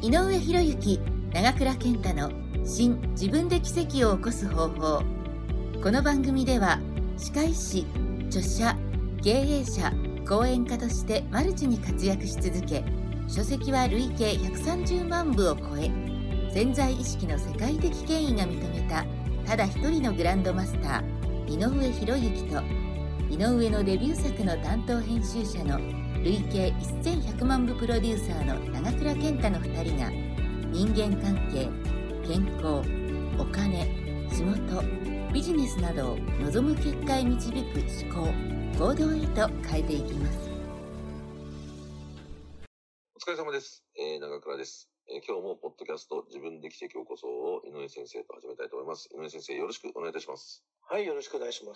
井上博之、長倉健太の新自分で奇跡を起こす方法。この番組では歯科医師、著者、経営者、講演家としてマルチに活躍し続け、書籍は累計130万部を超え、潜在意識の世界的権威が認めたただ一人のグランドマスター井上博之と、井上のデビュー作の担当編集者の累計1100万部プロデューサーの長倉健太の2人が、人間関係、健康、お金、仕事、ビジネスなどを望む結果へ導く思考、行動へと変えていきます。 お疲れ様です。長倉です。今日もポッドキャスト自分で奇跡を起こそうを井上先生と始めたいと思います。井上先生、よろしくお願いいたします。 はい、よろしくお願いします。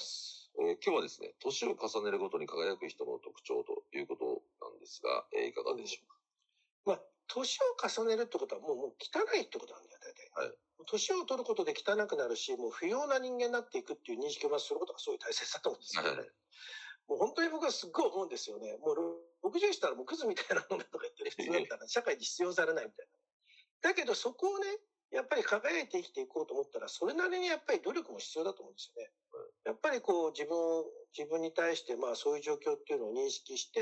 今日はですね、年を重ねるごとに輝く人の特徴ということなんですが、いかがでしょうか。 年を重ねるってことはもう汚いってことなんだよ、大体。はい。年を取ることで汚くなるし、もう不要な人間になっていくっていう認識をまずすることがすごい大切だと思うんですよね。はい、もう本当に僕はすっごい思うんですよね。もう60したらもうクズみたいなもんだとか言ってる人だったら社会に必要されないみたいな。だけどそこをね、やっぱり輝いて生きていこうと思ったら、それなりにやっぱり努力も必要だと思うんですよね。やっぱりこう自分に対してそういう状況っていうのを認識して、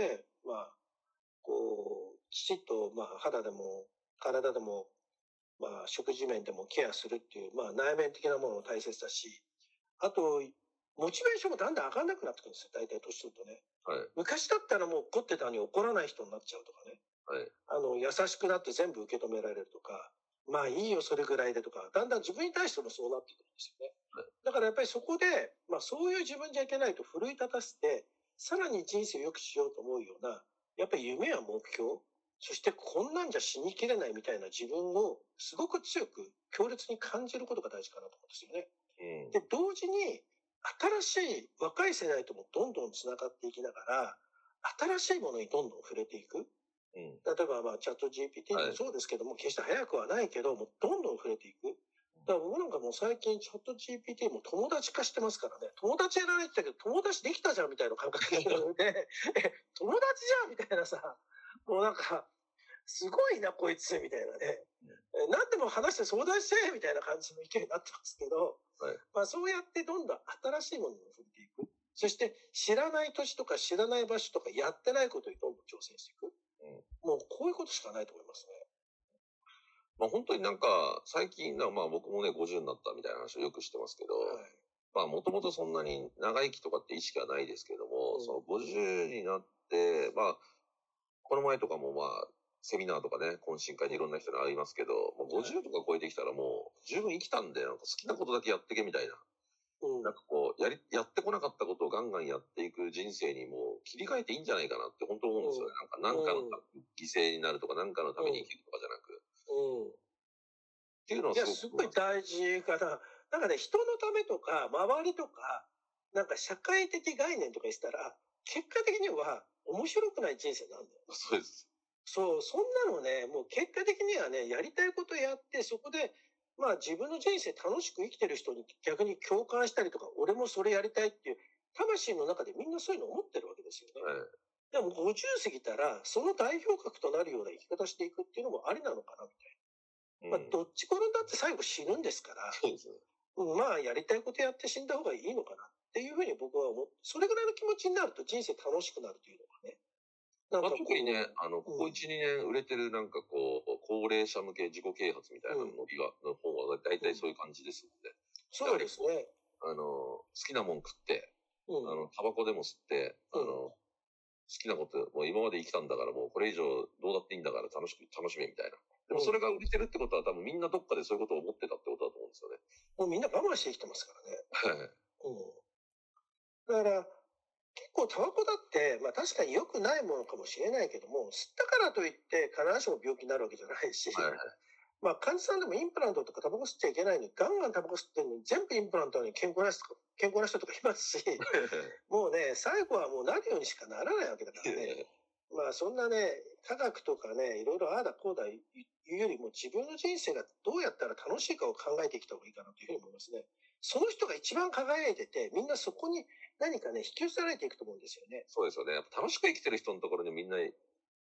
きちっと肌でも体でも食事面でもケアするっていう内面的なものも大切だし、あとモチベーションもだんだん上がんなくなってくるんですよ、大体年取るとね。はい、昔だったらもう怒ってたのに怒らない人になっちゃうとかね。はい、優しくなって全部受け止められるとか、いいよそれぐらいでとか、だんだん自分に対してもそうなってくるんですよね。はい、だからやっぱりそこで、そういう自分じゃいけないと奮い立たせて、さらに人生を良くしようと思うような、やっぱり夢や目標、そしてこんなんじゃ死にきれないみたいな自分をすごく強く強烈に感じることが大事かなと思うんですよね。で、同時に新しい若い世代ともどんどんつながっていきながら、新しいものにどんどん触れていく。例えばチャット GPT もそうですけども、決して早くはないけども、どんどん触れていく。だから僕なんかもう最近チャット GPT も友達化してますからね。友達やられてたけど友達できたじゃんみたいな感覚で、友達じゃんみたいなさ、もうなんか、すごいなこいつみたいなね。何でも話して相談してみたいな感じの意見になってますけど、はい、そうやってどんどん新しいものに触れていく。そして知らない土地とか知らない場所とかやってないことにどんどん挑戦していく。もうこういうことしかないと思いますね。 本当になんか最近僕もね50になったみたいな話をよくしてますけど、はい、もともとそんなに長生きとかって意識はないですけども、その50になってこの前とかもセミナーとかね、懇親会でいろんな人に会いますけど、もう50とか超えてきたらもう十分生きたんで、なんか好きなことだけやってけみたいな。なんかこう、やってこなかったことをガンガンやっていく人生にもう切り替えていいんじゃないかなって本当思うんですよね。なんかの犠牲になるとか、なんかのために生きるとかじゃなく。っていうのはすごい大事かな。なんかね、人のためとか、周りとか、なんか社会的概念とか言ったら、結果的には面白くない人生なんだよ。 そうです。 そう、そんなのね、もう結果的にはね、やりたいことやって、そこで、自分の人生楽しく生きてる人に逆に共感したりとか、俺もそれやりたいっていう、魂の中でみんなそういうの思ってるわけですよね。でも50過ぎたら、その代表格となるような生き方していくっていうのもありなのかな、みたいな。どっち転んだって最後死ぬんですから、そうですね。やりたいことやって死んだ方がいいのかなっていうふうに僕は思って、それぐらいの気持ちになると人生楽しくなるというのがね。 特にね、ここ1、2年売れてる高齢者向け自己啓発みたいなのの方は大体そういう感じですので。 そうですね。 好きなもん食って、タバコでも吸って、好きなこと、もう今まで生きたんだからもうこれ以上どうだっていいんだから楽しめみたいな。でもそれが売れてるってことは多分みんなどっかでそういうことを思ってたってことだと思うんですよね。 もうみんな我慢して生きてますからね。だから、結構タバコだって、確かに良くないものかもしれないけども、吸ったからといって必ずしも病気になるわけじゃないし、患者さんでもインプラントとかタバコ吸っちゃいけないのに、ガンガンタバコ吸ってるのに全部インプラントなのに健康な人とかいますし、もうね、最後はもうなるようにしかならないわけだからね。そんなね、科学とかね、いろいろああだこうだ言うよりも自分の人生がどうやったら楽しいかを考えてきた方がいいかなというふうに思いますね。その人が一番輝いてて、みんなそこに何かね、引き寄せられていくと思うんですよね。 そうですよね。やっぱ楽しく生きてる人のところにみんな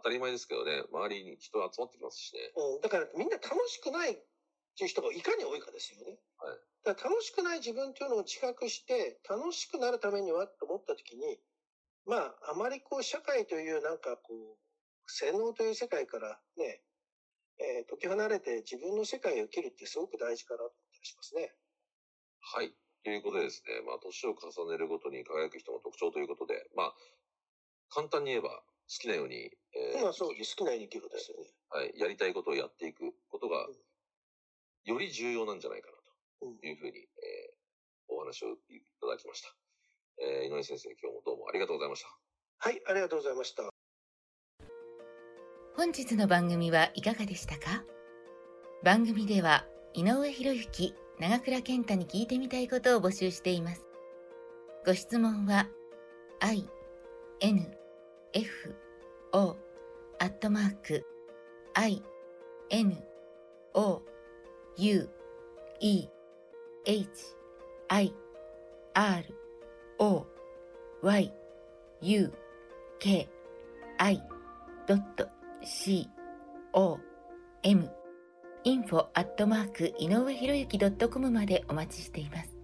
たり前ですけどね、周りに人集まってきますしね。 だからみんな楽しくないっていう人がいかに多いかですよね。 はい。 だから楽しくない自分っていうのを自覚して、楽しくなるためにはと思ったときに、あまり社会という洗脳という世界からね、解き離れて自分の世界を生きるってすごく大事かなと思ったりしますね。 はい。ということでですね、年を重ねるごとに輝く人の特徴ということで、簡単に言えば、好きなように、 そうです。好きなように生きるですよね。 はい。やりたいことをやっていくことが、より重要なんじゃないかな、というふうに、お話をいただきました。井上先生、今日もどうもありがとうございました。 はい、ありがとうございました。 本日の番組はいかがでしたか？番組では井上博之、長倉健太に聞いてみたいことを募集しています。ご質問は info@inoue-hiruyuki.com までお待ちしています。